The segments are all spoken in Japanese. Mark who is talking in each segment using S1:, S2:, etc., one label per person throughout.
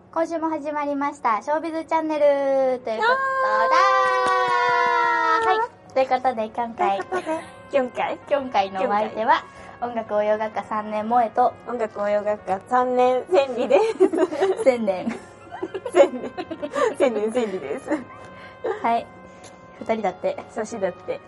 S1: 今週も始まりましたショービズチャンネルということだはい、ということで今回のお相手は音楽応用学科3年萌えと
S2: 音楽応用学科3年千里です
S1: 千年
S2: です
S1: はい、2人だって
S2: 差しだって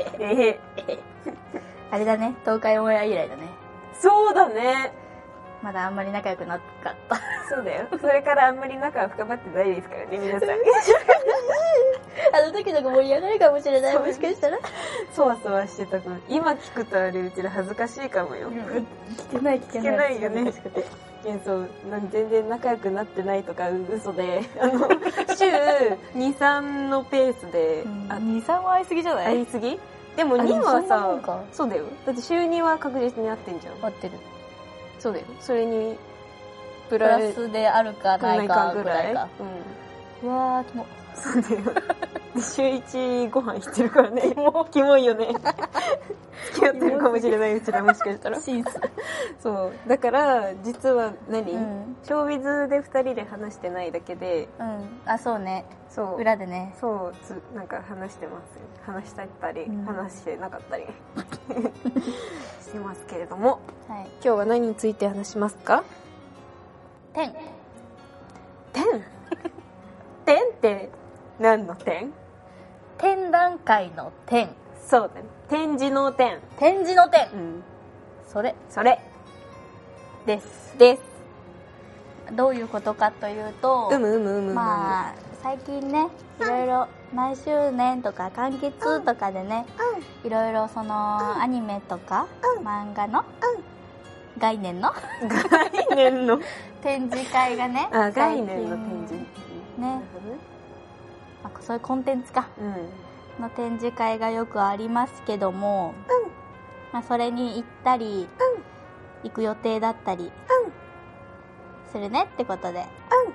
S1: あれだね、東海オンエア以来だね。
S2: そうだね、
S1: まだあんまり仲良くなかった
S2: そうだよ。それからあんまり仲は深まってないですからね、皆さん
S1: あの時のが盛り上がるかもしれない、もしかしたら
S2: そわそわしてたから、今聞くとあれうちら恥ずかしいかもよ。
S1: 聞けない
S2: よね。そう全然仲良くなってないとか嘘で、週 2,3 のペースで、
S1: 2,3 は会いすぎじゃない？
S2: 会いすぎ？でも2はさ、
S1: そ
S2: そうだよ。だって週2は確実に会ってんじゃん。
S1: 合ってる。
S2: そうだよ。それに
S1: プラスであるかないかぐらいか。うわー、キモ。
S2: そうだよ。週1ご飯行ってるからね。キモいよね。付き合ってるかもしれない、うちらもしかしたら。
S1: シンス。
S2: そう。だから、実はショービズで2人で話してないだけで。
S1: あ、そうね。
S2: そう。
S1: 裏でね。
S2: そう。なんか話してますよ。話したり、話してなかったり。してますけれども。
S1: はい。
S2: 今日は何について話しますか？
S1: 点
S2: って何の点？
S1: 展覧会の点。
S2: そうだね。展示の点。
S1: 展示の点。それです。どういうことかというと、まあ最近ね、いろいろ何周年とか完結とかでね、いろいろそのアニメとか漫画の概念の展示会がね、
S2: 概念の展示
S1: ね、そういうコンテンツか、の展示会がよくありますけども、それに行ったり、行く予定だったりするねってことで、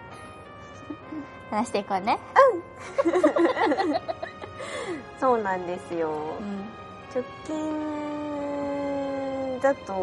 S1: 話していこうね。
S2: そうなんですよ。直近だと、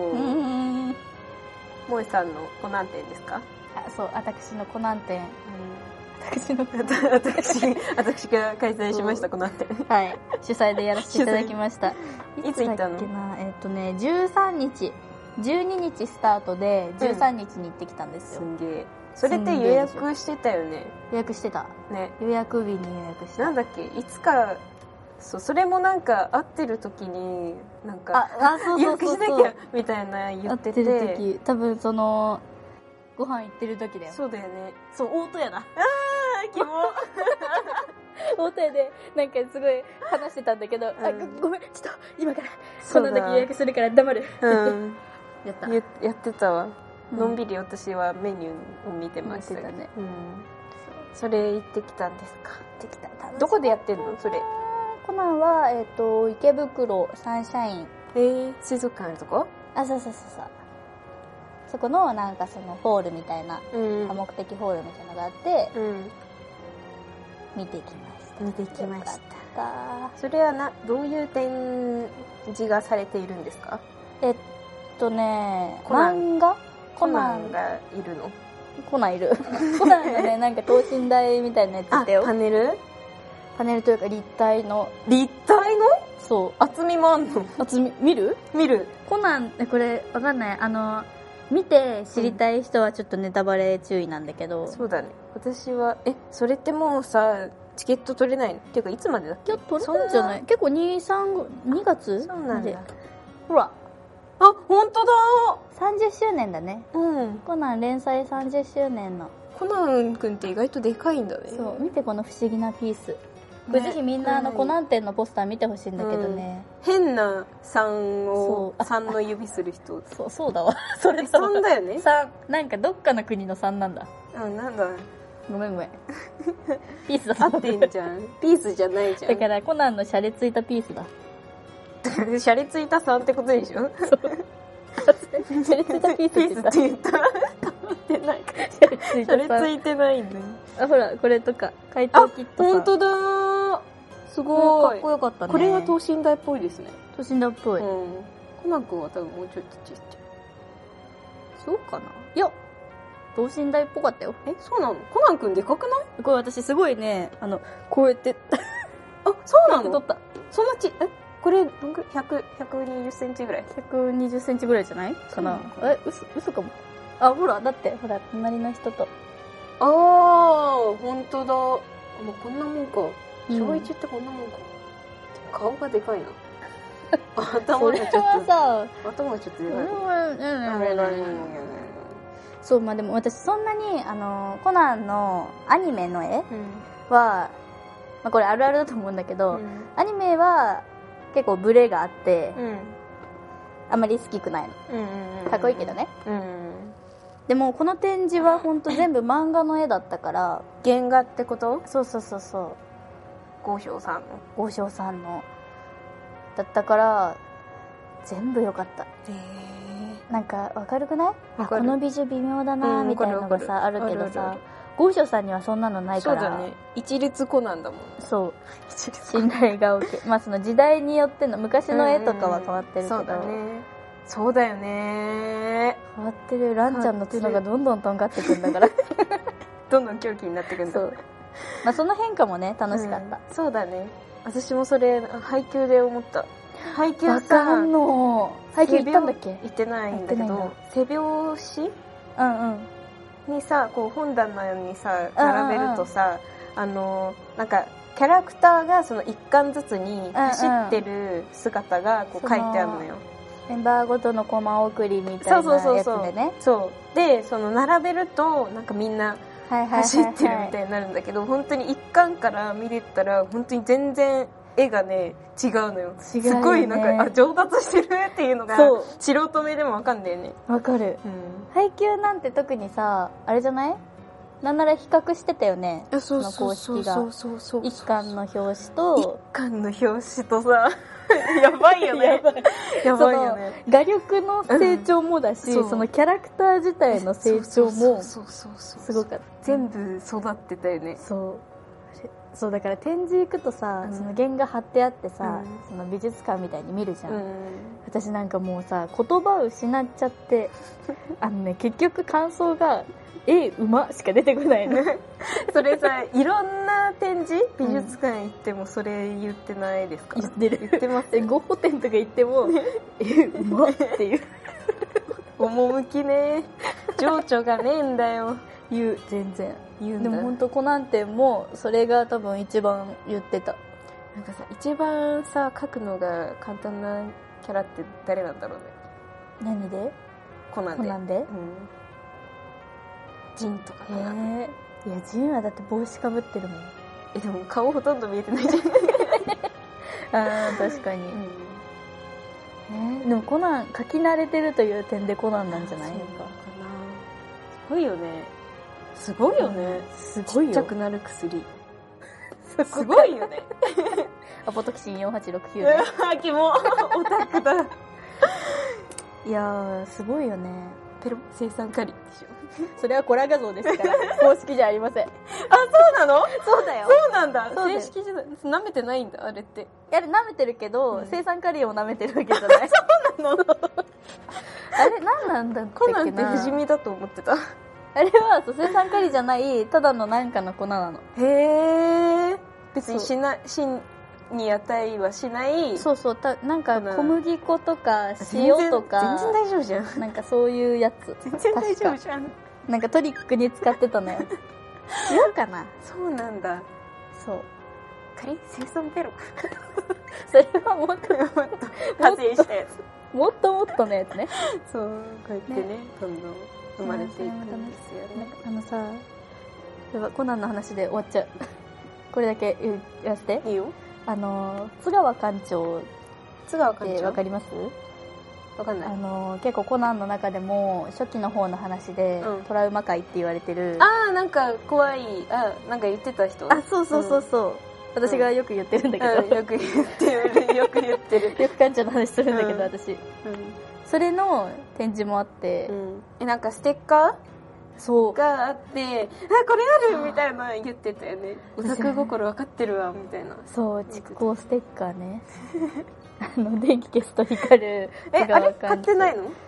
S2: 萌さんのコナン展ですか？
S1: そう、私のコナン展。
S2: 私が開催しました、コナン展。
S1: はい、主催でやらせていただきました。
S2: いつ行ったの
S1: ？13日、12日スタートで13日に行ってきたんですよ。
S2: すんげえ。それって予約してたよね？
S1: 予約してた
S2: ね。
S1: 予約日に予約した。
S2: なんだっけ、いつか、それもなんか会ってる時になんか予約しなきゃみたいな言ってて、
S1: 会ってる時、多分そのご飯行ってる時だよ。
S2: そうだよね。
S1: そう、大戸屋だ。
S2: キモ
S1: 大戸屋でなんかすごい話してたんだけど、ごめん、ちょっと今からこの時予約するから黙る。や
S2: ってたわ。のんびり私はメニューを見てましたね。それ行ってきたんですか？
S1: 行ってきた。
S2: どこでやってんのそれ？
S1: コナンは池袋サンシャイン。
S2: 水族館あるとこ？
S1: そうそこのなんかそのホールみたいな、多目的ホールみたいなのがあって、見てきました。
S2: それはどういう展示がされているんですか？
S1: 漫画？
S2: コナンがいるの？
S1: コナンいる。コナンがね、なんか等身大みたいなやつだよ。
S2: パネル
S1: というか立体の？そう。
S2: 厚みもあんの？
S1: 厚み、見る？コナン、これわかんない。見て知りたい人はちょっとネタバレ注意なんだけど。
S2: そうだね。私は、それってもうさ、チケット取れないの？っていうかいつまでだっけ？
S1: 取れるんじゃない？結構2月？
S2: そうなんだ。
S1: ほら。
S2: 本当だ
S1: ー！ 30周年だね。コナン連載30周年の。
S2: コナンくんって意外とでかいんだね。
S1: そう、見てこの不思議なピース。これぜひみんなコナン展のポスター見てほしいんだけどね。
S2: 変な3の指する人。
S1: そうだわ。それ
S2: 3だよね。
S1: 3。なんかどっかの国の3なんだ。
S2: なんだ。
S1: ごめん。ピースだ。
S2: 合ってんじゃん。ピースじゃないじゃん。
S1: だからコナンのシャレついたピースだ。
S2: シャレついた3ってことでしょ？そう。
S1: シャレついたピースって
S2: 言った。シャレついてないんだよ。
S1: ほら、これとか、怪盗キットさん。
S2: ほんとだー。すごい。
S1: かっこよかったね。
S2: これは等身大っぽいですね。
S1: 等身大っぽい。
S2: コナン君は多分もうちょっとちっちゃい。
S1: そうかな？いや、 等身大っぽかったよ。
S2: そうなの？コナンくんでかくない？
S1: これ私すごいね、こうやって
S2: あ、そうなの？
S1: 撮った。
S2: そんなこれどんぐらい？120センチぐらい
S1: ？120センチぐらいじゃないかな。嘘かも。あ、ほら、だって、ほら、隣の人と。
S2: あー、ほんとだ。もうこんなもんか。小1ってこんなもんか。顔がでかいな。頭がちょっと。頭がちょっとでかい。
S1: そう、まあでも私そんなに、コナンのアニメの絵は、まあこれあるあるだと思うんだけど、アニメは結構ブレがあって、あんまり好きくないの。かっこいいけどね。でもこの展示はほんと全部漫画の絵だったから。
S2: 原画ってこと？
S1: そう。
S2: 豪商さんの。
S1: だったから、全部良かった。なんかわかるくない？この美女微妙だなみたいなのがさ、あるけどさ、豪商さんにはそんなのないから。
S2: そうだね。一律コナンだもん。
S1: そう。信頼が受け。まあその時代によっての昔の絵とかは変わってるけど。
S2: そうだよね。
S1: 変わってる。ランちゃんの角がどんどんとんがってくんだから。
S2: どんどん狂気になってくんだ。そう。
S1: まあその変化もね、楽しかった。
S2: そうだね。私もそれ、配給で思った。配給さ、
S1: わかんの。配給行ったんだっけ？
S2: 行ってないんだけど、背表紙にさ、こう本棚にさ、並べるとさ、なんか、キャラクターがその一巻ずつに走ってる姿がこう書いてあるのよ。
S1: メンバーごとのコマ送りみたいなやつでね。
S2: そう。で、その並べると、なんかみんな走ってるみたいになるんだけど、本当に一巻から見れたら、本当に全然絵がね、違うのよ。すごいなんか、上達してるっていうのが、素人目でもわかんだよね。
S1: わかる。配給なんて特にさ、あれじゃない？なんなら比較してたよね。その公式が。一巻の表紙と、
S2: 一巻の表紙とさ、やばいよね。やばいよね。
S1: 画力の成長もだし、そのキャラクター自体の成長も、すごかった。
S2: 全部育ってたよね。
S1: そうだから展示行くとさ、その原画貼ってあってさ、その美術館みたいに見るじゃん。私なんかもうさ、言葉を失っちゃって、結局感想が、うましか出てこないの。
S2: それさ、いろんな展示美術館行ってもそれ言ってないですか？
S1: 言ってる。
S2: 言ってます。
S1: ゴッホ展とか行っても、うまっていう。
S2: 趣ね。情緒がねえんだよ。
S1: 全然。でもほんとコナン展も、それが多分一番言ってた。
S2: なんかさ、一番さ、描くのが簡単なキャラって誰なんだろうね。
S1: 何で？
S2: コナンで。ジンとかかな。
S1: いや、ジンはだって帽子かぶってるもん。
S2: でも顔ほとんど見えてないじ
S1: ゃん。確かに。でもコナン、描き慣れてるという点でコナンなんじゃないのか。
S2: すごいよね。すごいよね。
S1: すごいよ。
S2: ちっちゃくなる薬。すごいよね。
S1: アポトキシン4869ね。
S2: キモ。オタクだ。
S1: いやー、すごいよね。
S2: ペロ生産カリでしょ。
S1: それはコラ画像ですから、公式じゃありません。
S2: あ、そうなの？
S1: そうだよ。
S2: そうなんだ。正式じゃない。舐めてないんだ、あれって。
S1: 舐めてるけど、生産カリを舐めてるわけじゃない。
S2: そうなの？
S1: あれ、何なんだっけな。
S2: コナンって不死身だと思ってた。
S1: あれは、生産カリじゃない、ただのなんかの粉なの。
S2: へー。別に死に値はしない。
S1: なんか小麦粉とか塩とか。
S2: 全然大丈夫じゃん。
S1: なんかそういうやつ。
S2: 全然大丈夫じゃん。
S1: なんかトリックに使ってたのよ。違うかな？
S2: そうなんだ。
S1: そう。
S2: 生産ペロ。
S1: それはもっと
S2: 派生したやつ。
S1: もっとのやつね。
S2: そう、こうやってね、どんどん生まれていくんですよね。
S1: さ、やば、コナンの話で終わっちゃう。これだけ言わせて。
S2: いいよ。
S1: 津川館長ってわかります？
S2: わかんない。
S1: 結構コナンの中でも初期の方の話で、トラウマ界って言われてる。
S2: なんか怖い。なんか言ってた人。
S1: そう。私がよく言ってるんだけど。
S2: よく言ってる。よく
S1: 館長の話するんだけど、私。それの展示もあって。
S2: なんかステッカ
S1: ー
S2: があって、これあるみたいな言ってたよね。オタク心分かってるわ、みたいな。
S1: そう、蓄光ステッカーね。電気消すと光る。
S2: あれ買ってないの？
S1: い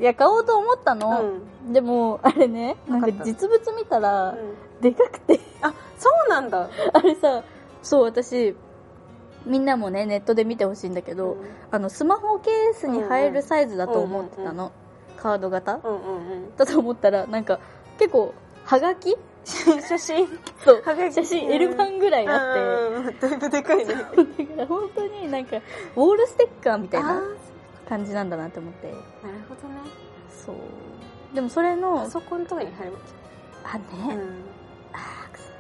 S1: いや買おうと思ったの、でもあれね、なんか実物見たらでかくて、
S2: あ、そうなんだ。
S1: あれさ、そう私みんなもねネットで見てほしいんだけど、スマホケースに入るサイズだと思ってたの、カード型、だと思ったらなんか結構はがき
S2: 写真
S1: そう写真 L 版ぐらいあって、
S2: だいぶでかいね。だ
S1: から本当になんかウォールステッカーみたいな感じなんだなって思って。なる
S2: ほどね。
S1: そうでもそれの
S2: パソコンとかに貼ればいい。
S1: あね、
S2: くそ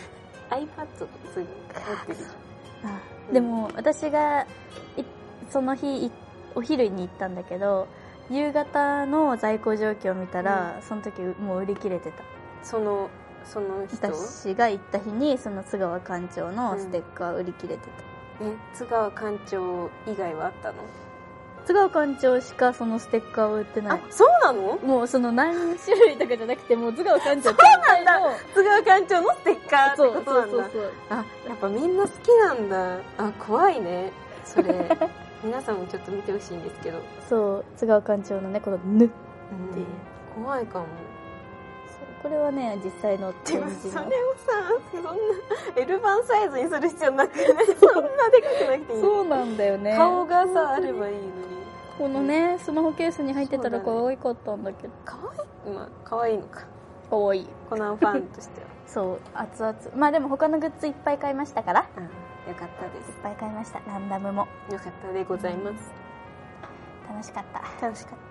S2: iPad とかそういうの持ってるじ
S1: ゃん。でも私がその日お昼に行ったんだけど、夕方の在庫状況を見たら、その時もう売り切れてた。
S2: その人
S1: 私が行った日にその津川館長のステッカー売り切れてた、
S2: 津川館長以外はあったの？
S1: 津川館長しかそのステッカーを売ってない。
S2: あ、そうなの？
S1: もうその何種類とかじゃなくて、もう津川館長
S2: そうなんだ。津川館長のステッカーってことなんだ。そうあ、やっぱみんな好きなんだ。あ、怖いねそれ皆さんもちょっと見てほしいんですけど、
S1: そう津川館長のねこのぬって、
S2: 怖いかも。
S1: これはね実際の展示の。
S2: それをさ、そんな L 版サイズにする必要なくてね。そんなでかくなくていい。
S1: そうなんだよね。
S2: 顔がさあればいいのに。
S1: このねスマホケースに入ってたら可愛かったんだけど。
S2: 可愛い？まあ可愛いのか。
S1: 可愛い。
S2: コナンファンとしては。
S1: そう熱々。まあでも他のグッズいっぱい買いましたから。
S2: よかったです。
S1: いっぱい買いました。ランダムも。
S2: よかったでございます。
S1: 楽しかった。
S2: 楽しかった。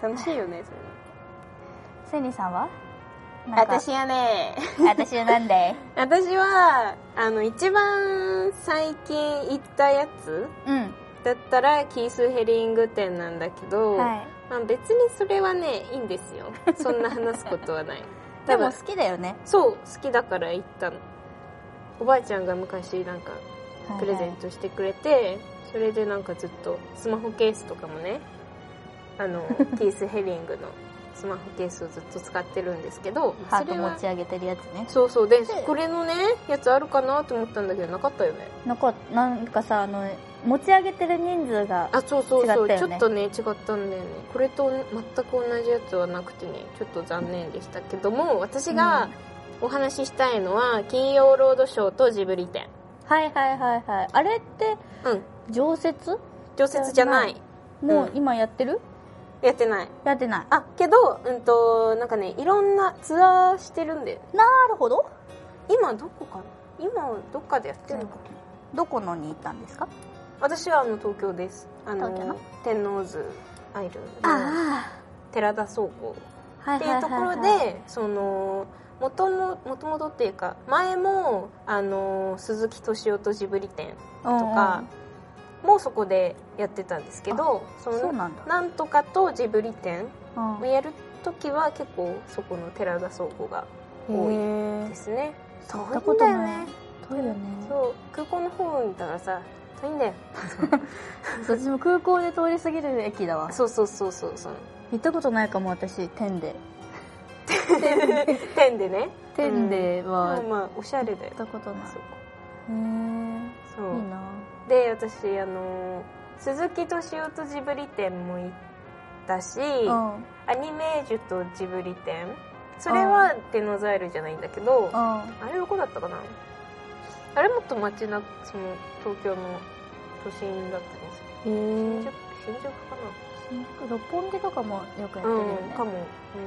S2: 楽しいよねそれ。
S1: セニさんは？
S2: 私はね、
S1: 私はなんで
S2: 私は一番最近行ったやつ、だったらキース・ヘリング店なんだけど、まあ、別にそれはねいいんですよ。そんな話すことはない。
S1: でも好きだよね。
S2: そう好きだから行ったの。おばあちゃんが昔なんかプレゼントしてくれて、それでなんかずっとスマホケースとかもねキース・ヘリングのスマホケースをずっと使ってるんですけど、
S1: ハート持ち上げてるやつね。
S2: そうそうで、これのねやつあるかなと思ったんだけどなかったよね。
S1: なんかさ持ち上げてる人数が違ったよね。
S2: そうちょっとね違ったんだよね。これと全く同じやつはなくてねちょっと残念でしたけども、私がお話ししたいのは金曜ロードショーとジブリ展。
S1: はいあれって常設
S2: じゃない。
S1: もう今やってる？
S2: やってない。けどなんかねいろんなツアーしてるんで。
S1: なるほど。
S2: 今どこかな。今どっかでやってるのか。
S1: どこのに行ったんですか？
S2: 私は東京です。
S1: 東京の
S2: 天王洲アイルの寺田倉庫っていうところで、もともとっていうか前も鈴木敏夫とジブリ展とかもうそこでやってたんですけど、なんとかとジブリ展をやるときは結構そこの寺田倉庫が多いですね。遠いんだよね。
S1: 遠いよね。
S2: そう空港の方にいたらさ遠いんだよ。
S1: 私も空港で通り過ぎる駅だわ。
S2: そう行
S1: ったことないかも。私天で
S2: 天でね。
S1: 天では
S2: まあおしゃれだよ。
S1: 行ったことない。
S2: そう
S1: いいな。
S2: で私鈴木敏夫とジブリ展も行ったし、アニメージュとジブリ展、それはテノザイルじゃないんだけど、あれどこだったかな。あれもっと東京の都心だったんです。新宿かな。
S1: 六本木とかもよくやってるよね。
S2: かも。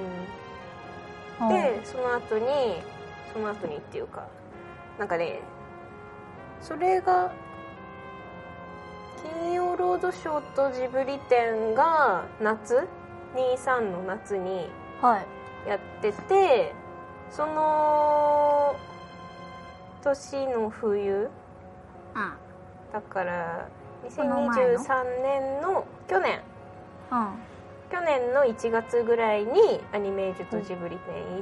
S2: でその後にっていうかなんかね、それが金曜ロードショーとジブリ展が23の夏にやってて、その年の冬、だから2023年の去年の1月ぐらいにアニメージュとジブリ展行って、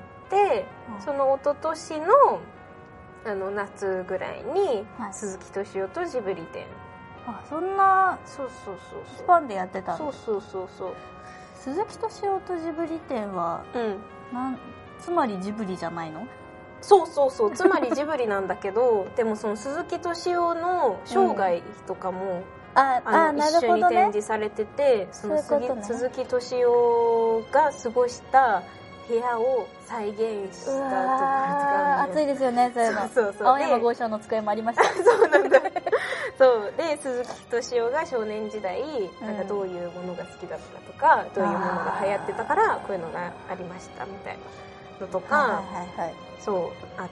S2: その一昨年の夏ぐらいに鈴木敏夫とジブリ展、
S1: そんなスパンでやってたんだ。
S2: そう
S1: 鈴木敏夫とジブリ展は、つまりジブリじゃないの？
S2: そうつまりジブリなんだけどでもその鈴木敏夫の生涯とかも一緒に展示されてて、その鈴木敏夫が過ごした部屋を再現したところが
S1: 暑いですよね、そういうの。
S2: そう
S1: 青山豪商の机もありました。
S2: そうなんだ。そうで、鈴木敏夫が少年時代なんかどういうものが好きだったとか、どういうものが流行ってたからこういうのがありましたみたいなのとか、そうあって、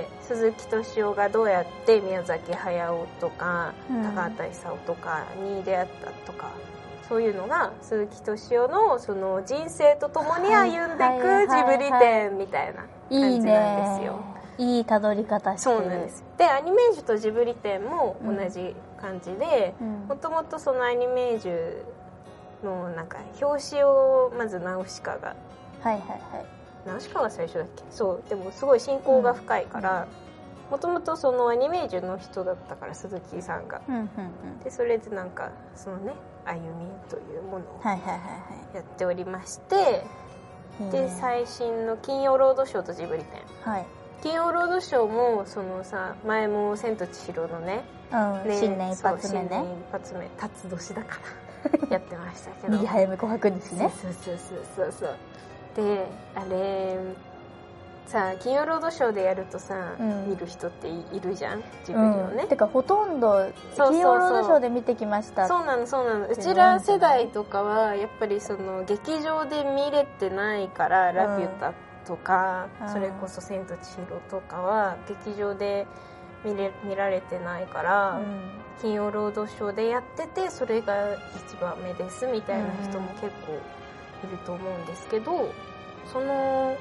S2: 鈴木敏夫がどうやって宮崎駿とか、高畑勲とかに出会ったとか、そういうのが鈴木敏夫のその人生とともに歩んでいくジブリ展みたいな感じなんですよ。
S1: いいたどり方してる。
S2: そうなんです。で、アニメージュとジブリ展も同じ感じで、もともとそのアニメージュのなんか表紙をまずナウシカが、ナウシカが最初だっけ。そうでもすごい親交が深いから、もともとそのアニメージュの人だったから、鈴木さんが、でそれでなんかそのね歩みというものをやっておりまして、で最新の金曜ロードショーとジブリ展、金曜ロードショーもそのさ、前も千と千尋のね、
S1: 新年一発目ね、
S2: 新年一発目辰年だからやってましたけど、
S1: 右早め琥珀日ね。
S2: そうで、あれさ、金曜ロードショーでやるとさ、見る人っているじゃん、ジブリをね。
S1: てかほとんど金曜ロードショーで見てきました。
S2: そうなの。うちら世代とかはやっぱりその劇場で見れてないから、ラピュタとか、それこそ千と千尋とかは劇場で見られてないから、金曜ロードショーでやってて、それが一番目ですみたいな人も結構いると思うんですけど、その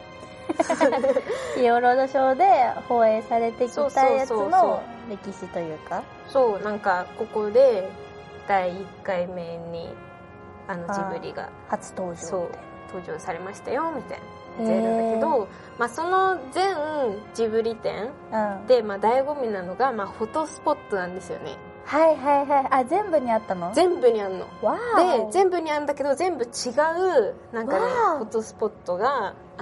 S1: 金曜ロードショーで放映されてきたやつの歴史というか、
S2: そうなんかここで第1回目にジブリが
S1: 初登
S2: 場されましたよみたいなやつやるんだけど、その全ジブリ展で、醍醐味なのが、フォトスポットなんですよね。
S1: あ、全部にあったの？
S2: 全部にあんの。で、全部にあるんだけど、全部違うなんかねフォトスポットがあって、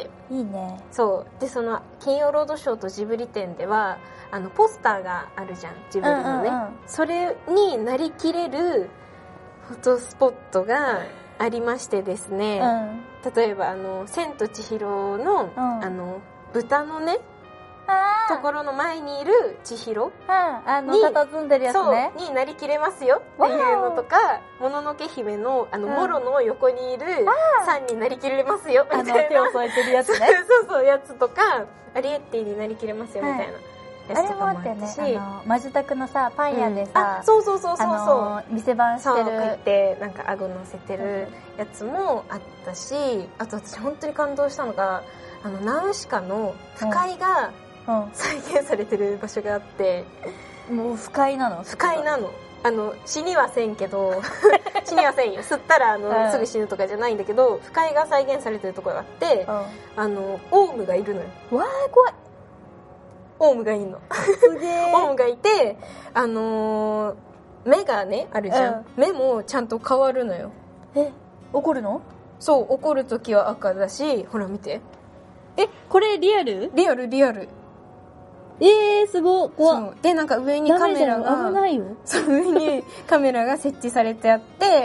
S1: いいね。
S2: そうで、その金曜ロードショーとジブリ展ではポスターがあるじゃん、ジブリのね、それになりきれるフォトスポットがありましてですね、例えば千と千尋の、豚のねところの前にいる千尋に
S1: 佇んでるやつね、
S2: になりきれますよっていうのとか、もののけ姫のモロの横にいるさんになりきれますよみたいな、
S1: 手を添えてるやつね
S2: そうやつとか、アリエッティになりきれますよみたいなやつとかもあったし、
S1: マジタクのさパン屋でさ、
S2: そう
S1: 店番してる、
S2: こうやってなんか顎乗せてるやつもあったし、あと私本当に感動したのがナウシカの腐海が再現されてる場所があって、
S1: もう不快なの？
S2: 不快なの。死にはせんけど死にはせんよ、吸ったらすぐ死ぬとかじゃないんだけど、不快が再現されてるところがあって、オウムがいるのよ。
S1: わー怖い。
S2: オウムがいるの
S1: すげー
S2: オウムがいて、目がねあるじゃん、目もちゃんと変わるのよ。
S1: 怒るの？
S2: そう、怒るときは赤だし、ほら見て、
S1: これリアル？
S2: リアル。
S1: すごい怖い。
S2: で、なんか上にカメラが、
S1: 危ないよ。
S2: 上にカメラが設置されてあって、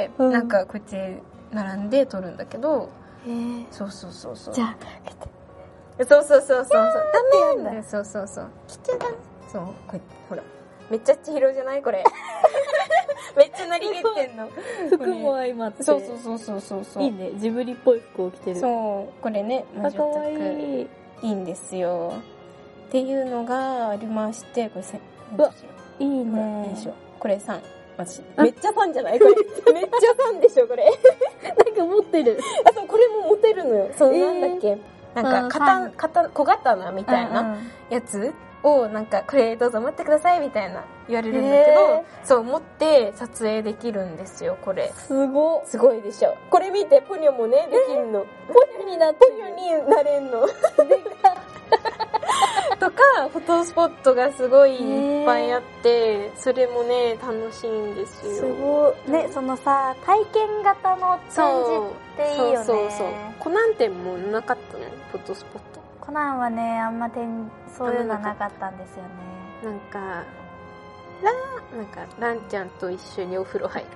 S2: なんかこうやって並んで撮るんだけど、そう
S1: じゃあ
S2: そうダメなんだよ。そう来ちゃダメ。そう、こうやってほら、めっちゃ千尋じゃないこれめっちゃなりきってんの
S1: 服も相まって。
S2: そう
S1: いいね、ジブリっぽい服を着てる。
S2: そう、これね、
S1: かわいい。
S2: いいんですよっていうのがありまして、これ
S1: いいね。
S2: これ3、私めっちゃファンじゃないこれめっちゃファンでしょこれ
S1: なんか持ってる。
S2: そう、これも持てるのよ。なんだっけ、なんか小刀みたいなやつを、なんかこれどうぞ持ってくださいみたいな言われるんだけど、そう持って撮影できるんですよ。これすごいでしょ。これ見て、ポニョもねできるの。ポニョになれんのとか、フォトスポットがすごいいっぱいあって、それもね楽しいんですよ。
S1: すごいね、そのさ体験型の展示っていいよね。
S2: そうコナン展もなかったの、フォトスポット。
S1: コナンはねあんまそういうのなかったんですよね。
S2: なんかなんかランちゃんと一緒にお風呂入る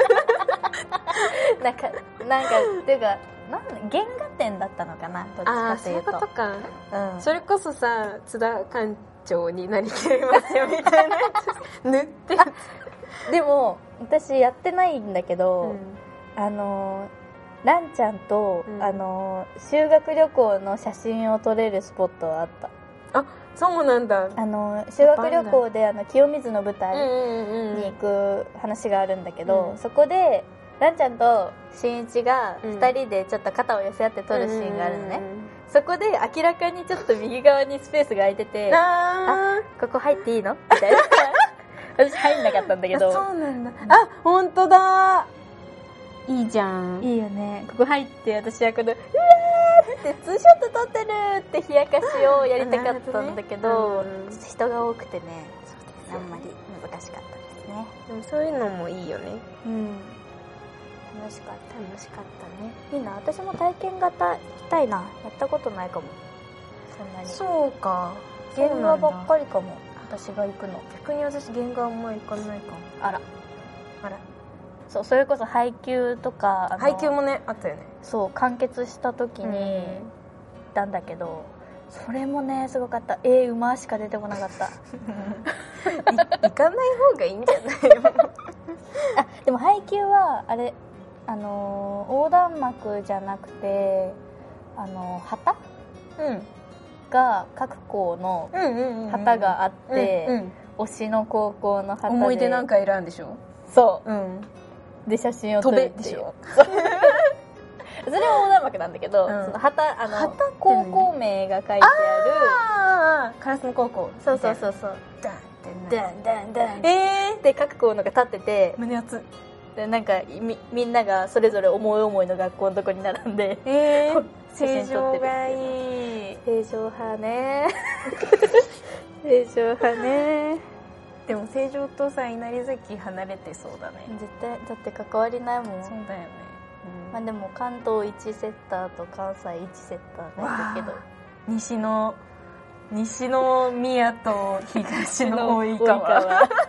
S1: なんかっていうか原画展だったのかな、どっちかというと。
S2: そういうことか、
S1: うん、
S2: それこそさ津田館長になりきれますよみたいなやつ塗って
S1: でも私やってないんだけど、ランちゃんと、修学旅行の写真を撮れるスポットがあった。
S2: あ、そうなんだ。
S1: 修学旅行で清水の舞台に行く話があるんだけど、そこでランちゃんと新一が2人でちょっと肩を寄せ合って撮るシーンがあるのね、そこで明らかにちょっと右側にスペースが空いててあ、ここ入っていいのみたいな私入んなかったんだけど。
S2: そうなんだ。あ、本当だ。いいじゃん。
S1: いいよね。ここ入って私はこのうわーってツーショット撮ってるって冷やかしをやりたかったんだけど、人が多くてね、あんまり難しかったですね。
S2: でもそういうのもいいよね。
S1: 楽しかったね。いいな、私も体験型行きたいな。やったことないかも。そんなに。そうか。原画ばっかりかも。私が行くの。
S2: 逆に私原画あんま行かないかも。
S1: あら。そう、それこそ配給とか
S2: 配給もねあったよね。
S1: そう、完結した時に行ったんだけど、それもねすごかった。馬しか出てこなかった
S2: 行かない方がいいんじゃないの
S1: あ、でも配給はあれ横断幕じゃなくて旗、が各校の旗があって、推しの高校の旗で
S2: 思い出なんか選んでしょ。
S1: そう、で写真を撮るっていう。それは横断幕なんだけど、その旗高校名が書いてあ
S2: る烏野高校。
S1: そうダンで各校のが立ってて
S2: 胸熱
S1: で、なんかみんながそれぞれ思い思いの学校のとこに並んで
S2: 正常がいい。
S1: 正常派ね正常派ね。
S2: でも成城とさ稲荷崎離れてそうだね。
S1: 絶対だって関わりないもん。
S2: そうだよね、
S1: まあ、でも関東1セッターと関西1セッターがいるけど、
S2: 西の宮と東の大井川いい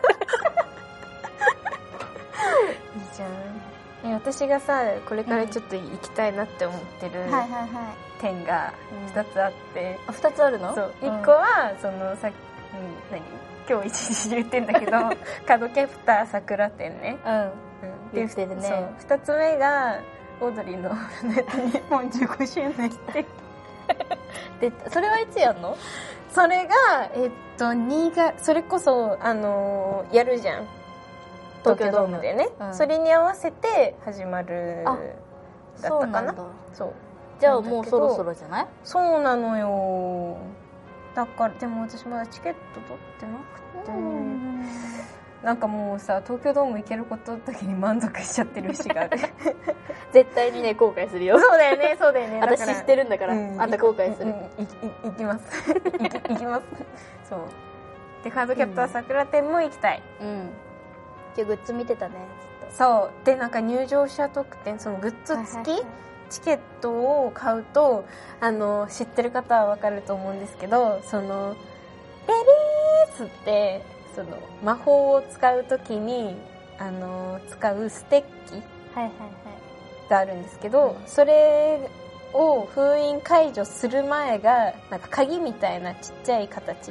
S2: じゃん。私がさこれからちょっと行きたいなって思ってる点が2つあって。
S1: 2つあるの？
S2: そう、1個はそのさっき今日一時言ってんだけどカドキャプター桜展ね。
S1: 言ってるね。
S2: そう、2つ目がオードリーの日本15周年って
S1: でそれはいつやんの？
S2: それがそれこそやるじゃん、東京ドームでね、それに合わせて始まるだったかな。そう
S1: じゃあもうそろそろじゃない？
S2: そうなのよ。だからでも私まだチケット取ってなくて、なんかもうさ東京ドーム行けることだけに満足しちゃってる節がある
S1: 絶対にね後悔するよ。
S2: そうだよね
S1: 私知ってるんだから、あんた後悔する。
S2: 行きます行きますそうでカードキャプター桜展も行きたい。
S1: 今日グッズ見てたね。
S2: そうでなんか入場者特典、そのグッズ付きチケットを買うと知ってる方はわかると思うんですけど、そのレリースってその魔法を使うときに使うステッキがあるんですけど、それを封印解除する前がなんか鍵みたいなちっちゃい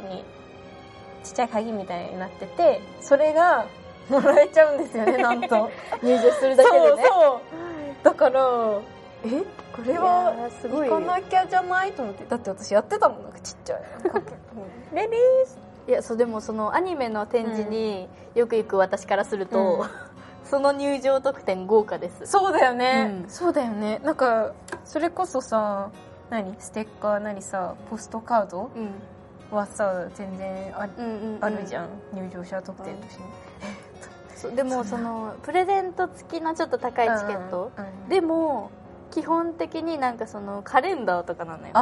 S2: 鍵みたいになってて、それがもらえちゃうんですよねなんと
S1: 入場するだけでね。
S2: そうだからこれはすごい行かなきゃじゃないと思って。だって私やってたもん、なんかちっちゃいレリース。
S1: いや、でもそのアニメの展示によく行く私からすると、その入場特典豪華です。
S2: そうだよね、そうだよね。なんかそれこそさステッカーさポストカード、はさ全然あるじゃん、入場者特典として、
S1: でもそのプレゼント付きのちょっと高いチケット、でも基本的になんかそのカレンダーとかなのよ。とか、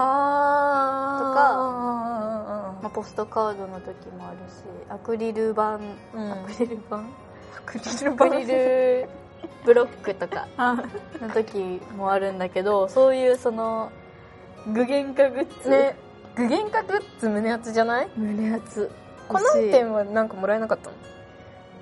S1: ポストカードの時もあるし、アクリル板、アクリルブロックとかの時もあるんだけど、そういうその具現化グッズ
S2: ね。具現化グッズ胸熱じゃない？
S1: 胸熱。
S2: この点はなんかもらえなかったの？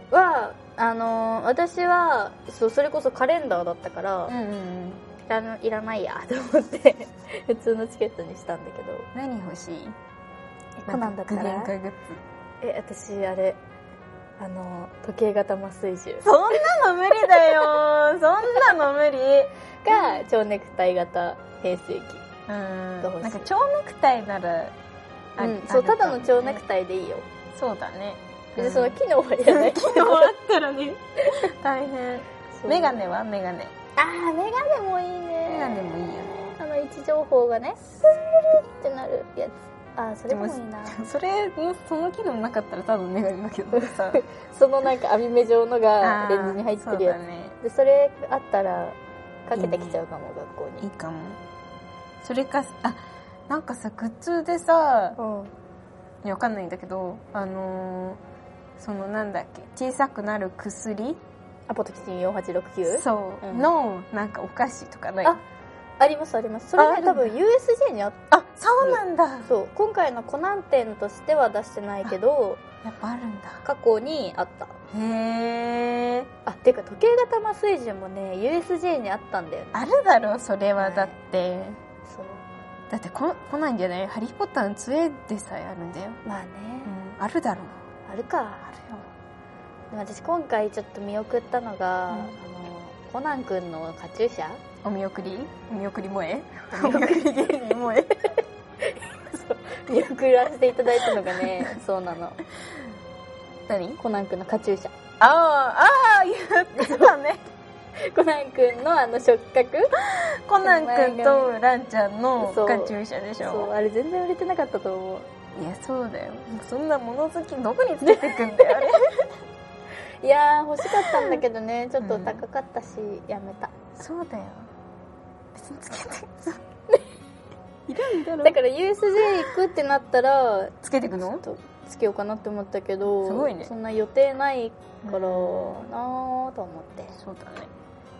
S1: は私はそれこそカレンダーだったから、いらないやと思って普通のチケットにしたんだけど。
S2: 何欲しい？
S1: コナンだったら
S2: 具現化グッズ。
S1: 私あれ時計型麻酔銃。
S2: そんなの無理だよそんなの無理
S1: が蝶ネクタイ型変声機。
S2: なんか蝶ネクタイなら
S1: そう、ただの蝶ネクタイでいいよ。
S2: そうだね。
S1: でその機能はいらない。
S2: 機能あったらね大変。メガネはメガネ。
S1: メガネもいいね。
S2: メガネもいいよね。
S1: 位置情報がねスルルってなるやつ。それもいいな。
S2: その機能なかったらただメガネだけどさ
S1: そのなんか網目状のがレンズに入ってるやつ、ね、でそれあったらかけてきちゃうかも。学校に
S2: いいかも。それかなんかさグッズでさ、わかんないんだけどそのなんだっけ、小さくなる薬、
S1: アポトキシン4869、
S2: そう、のなんかお菓子とかない？
S1: ありますあります。それね多分 USJ に
S2: そうなんだ。
S1: そう今回のコナン展としては出してないけど、
S2: やっぱあるんだ。
S1: 過去にあった。
S2: へえ。
S1: てか時計型麻酔銃もね USJ にあったんだよね。
S2: あるだろそれは。だって
S1: そう
S2: だって来ないんじゃない？ハリーポッターの杖でさえあるんだよ。
S1: まあね、
S2: あるだろう。
S1: あるか。あるよ。でも私今回ちょっと見送ったのが、コナン君のカチューシャ。お見送り萌えお見送り芸人萌え見送らせていただいたのがねそうなの。
S2: 何？
S1: コナン君のカチューシャ。
S2: 言ってたね
S1: コナン君の触覚
S2: コナン君とランちゃんのカチューシャでしょ。
S1: そうあれ全然売れてなかったと思う。
S2: いやそうだよ。そんな物好きどこにつけてくんだよあれ
S1: いや欲しかったんだけどねちょっと高かったし、やめた。
S2: そうだよ別につけているんだろ。
S1: だから USJ 行くってなったら
S2: つけてくの？
S1: つけようかなって思ったけど、
S2: すごいね。
S1: そんな予定ないからなぁと思って。
S2: そうだね。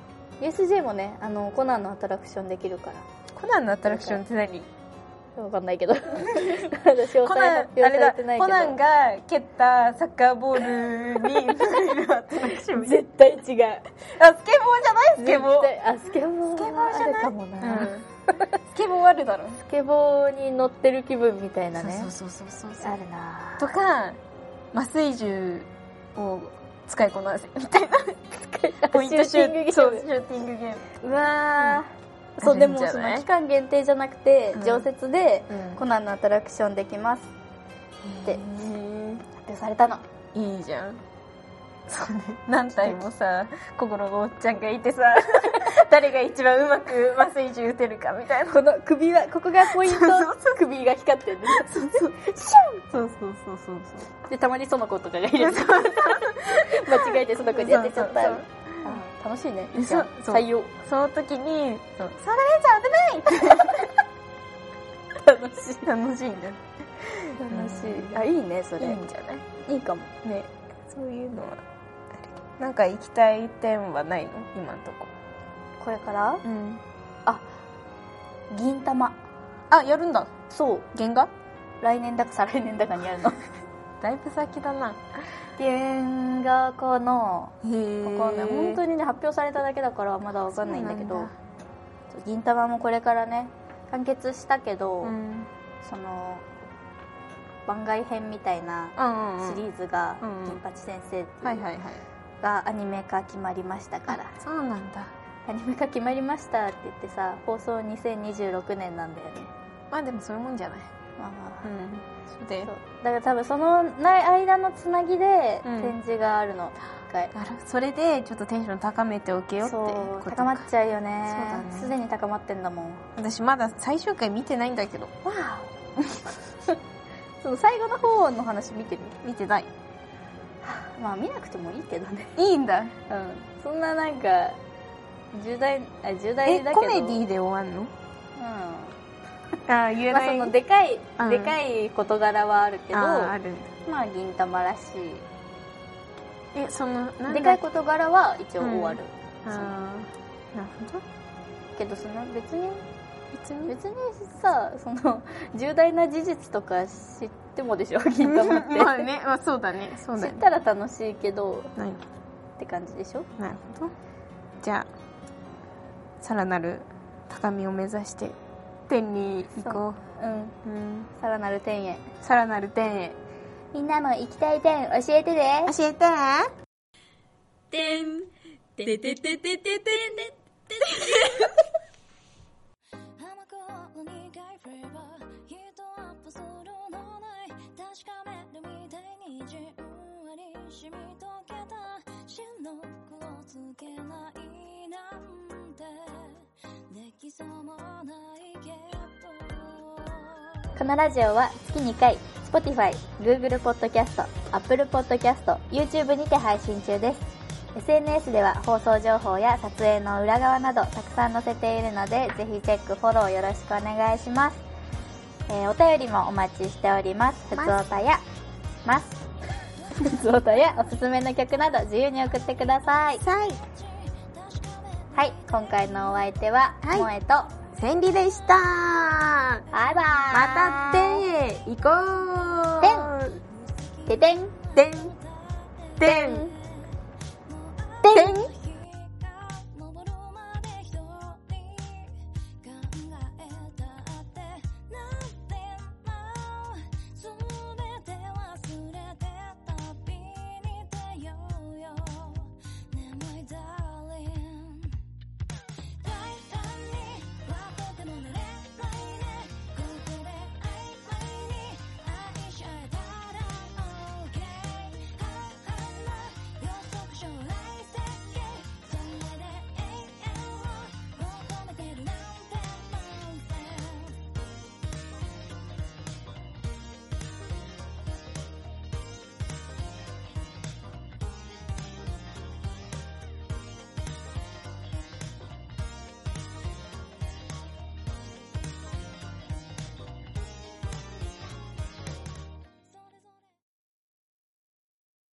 S1: USJ もねコナンのアトラクションできるから。
S2: コナンのアトラクションって何？
S1: わかんないけど詳細発表されてないけど、
S2: コナンが蹴ったサッカーボールに乗れるアトラクション
S1: 絶対違う。
S2: スケボーじゃない？スケボー
S1: スケボー
S2: じゃない
S1: かもな、
S2: スケボーあるだろ。
S1: スケボーに乗ってる気分みたいなね。
S2: そう
S1: あるな
S2: とか麻酔銃を使いこなせみたいなポイントシューティングゲーム。
S1: うわそうでもその期間限定じゃなくて、常設でコナンのアトラクションできますって発表されたの。
S2: いいじゃん。そうね。何体もさ心のおっちゃんがいてさ誰が一番うまく麻酔銃撃てるかみたいな。
S1: この首はここがポイント首が光ってるね。
S2: シュンそう
S1: でたまにその子とかがいる。間違えてその子でやってちゃった。楽しいね。採用。
S2: その時にそれじゃ危ない楽しいんだよ。楽しい。
S1: いいねそれ。
S2: いいんじゃない？
S1: いいかも
S2: ね。そういうのはなんか行きたい点はないの？今のとこ。
S1: これから？銀玉。
S2: やるんだ。
S1: そう。
S2: 原画？
S1: 来年だか再来年だかにやるの。
S2: だいぶ先だな。
S1: 原画かな。わかんない。本当にね発表されただけだからまだわかんないんだけど、銀玉もこれからね完結したけど、その番外編みたいなシリーズが銀八先生がアニメ化決まりましたから。
S2: そうなんだ。
S1: アニメ化決まりましたって言ってさ、放送2026年なんだよね。
S2: まあでもそういうもんじゃない。そうで。
S1: だから多分その間のつなぎで展示があるの。
S2: それでちょっとテンション高めておけよってことか。
S1: 高まっちゃうよね。
S2: そうだね。
S1: すでに高まってんだもん。
S2: 私まだ最終回見てないんだけど。
S1: わーその最後の方の話見てる？
S2: 見てない。
S1: まあ見なくてもいいけどね。
S2: いいんだ。
S1: そんななんか重大だけど。
S2: コメディで終わんの？言えない。
S1: そのでかい事柄はあるけど、
S2: ある。
S1: まあ銀玉らしい。
S2: その
S1: でかい事柄は一応終わる。
S2: なるほど。
S1: けどその別にさ、その重大な事実とか知っってもでしょ銀玉って
S2: まあね、まあ、そうだねそうだね。
S1: 知ったら楽しいけど
S2: 何
S1: って感じでしょ。
S2: なるほど。じゃあさらなる高みを目指して天に行こう。
S1: さらなる天へ。
S2: さらなる天へ。
S1: みんなも行きたい天教えてね。
S2: 教えて。
S1: 天ててててててててこのラジオは月2回 Spotify、Google Podcast、Apple Podcast、YouTube にて配信中です。SNS では放送情報や撮影の裏側などたくさん載せているので、ぜひチェックフォローよろしくお願いします。お便りもお待ちしております。ふつおたやふつおたやおすすめの曲など自由に送ってください。はい、今回のお相手は、萌えと
S2: 千里でした。
S1: バイバイ。
S2: また天へ行こう。
S1: 天ててん
S2: てんてん